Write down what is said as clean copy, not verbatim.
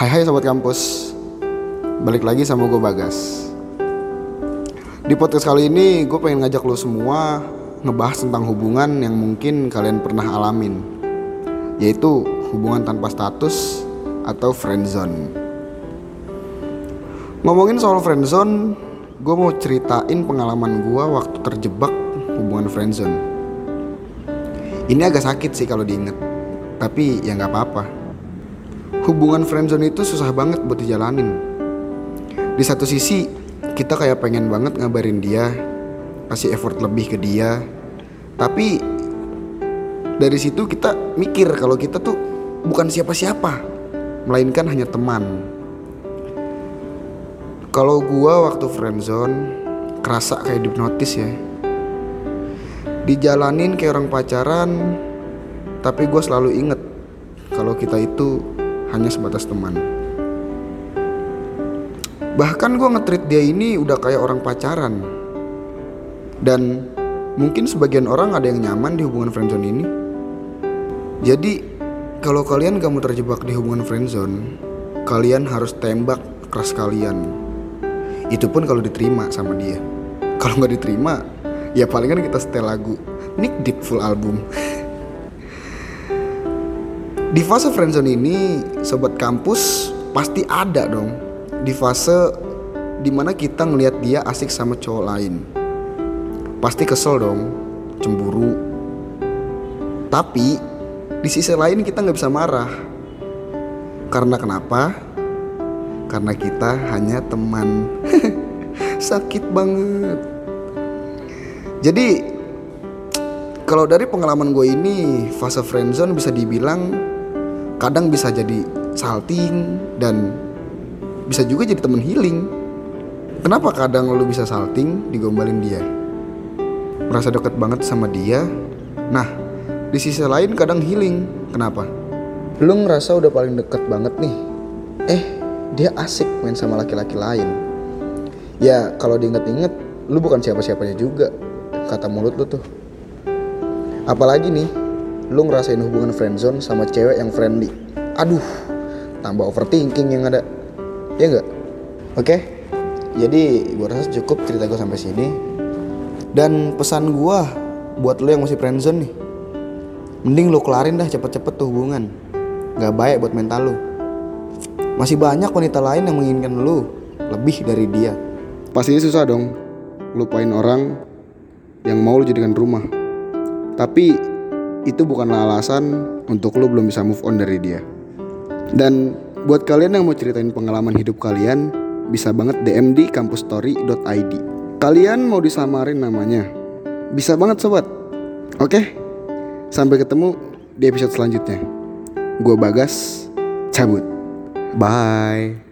Hai Sobat Kampus, balik lagi sama gue Bagas. Di podcast kali ini gue pengen ngajak lo semua ngebahas tentang hubungan yang mungkin kalian pernah alamin, yaitu hubungan tanpa status atau friendzone. Ngomongin soal friendzone, gue mau ceritain pengalaman gue waktu terjebak hubungan friendzone. Ini agak sakit sih kalau diinget, tapi ya gak apa-apa. Hubungan friendzone itu susah banget buat dijalanin. Di satu sisi kita kayak pengen banget ngabarin dia, kasih effort lebih ke dia, tapi dari situ kita mikir kalau kita tuh bukan siapa-siapa, melainkan hanya teman. Kalau gua waktu friendzone kerasa kayak dihipnotis ya. Dijalanin kayak orang pacaran, tapi gua selalu inget kalau kita itu hanya sebatas teman. Bahkan gue nge-treat dia ini udah kayak orang pacaran. Dan mungkin sebagian orang ada yang nyaman di hubungan friendzone ini. Jadi kalau kalian gak mau terjebak di hubungan friendzone, kalian harus tembak keras kalian. Itu pun kalau diterima sama dia. Kalau gak diterima, ya palingan kita setel lagu Nick Deep full album. Di fase friendzone ini, Sobat Kampus pasti ada dong. Di fase dimana kita ngelihat dia asik sama cowok lain. Pasti kesel dong, cemburu. Tapi di sisi lain kita gak bisa marah. Karena kenapa? Karena kita hanya teman. Sakit banget. Jadi kalau dari pengalaman gue ini, fase friendzone bisa dibilang kadang bisa jadi salting dan bisa juga jadi temen healing. Kenapa kadang lu bisa salting, digombalin dia, merasa deket banget sama dia. Nah, di sisi lain kadang healing. Kenapa? Lu ngerasa udah paling deket banget nih, dia asik main sama laki-laki lain. Ya kalau diinget-inget, lu bukan siapa-siapanya juga, kata mulut lu tuh. Apalagi nih, lu ngerasain hubungan friendzone sama cewek yang friendly. Aduh, tambah overthinking yang ada. Ya gak? Oke, jadi gue rasa cukup cerita gue sampai sini. Dan pesan gue buat lu yang masih friendzone nih, mending lu kelarin dah cepet-cepet tuh hubungan. Gak baik buat mental lu. Masih banyak wanita lain yang menginginkan lu lebih dari dia. Pastinya susah dong lupain orang yang mau lu jadikan rumah. Tapi itu bukanlah alasan untuk lu belum bisa move on dari dia. Dan buat kalian yang mau ceritain pengalaman hidup kalian, bisa banget DM di kampusstory.id. Kalian mau disamarin namanya, bisa banget sobat. Oke, sampai ketemu di episode selanjutnya. Gua Bagas, cabut. Bye.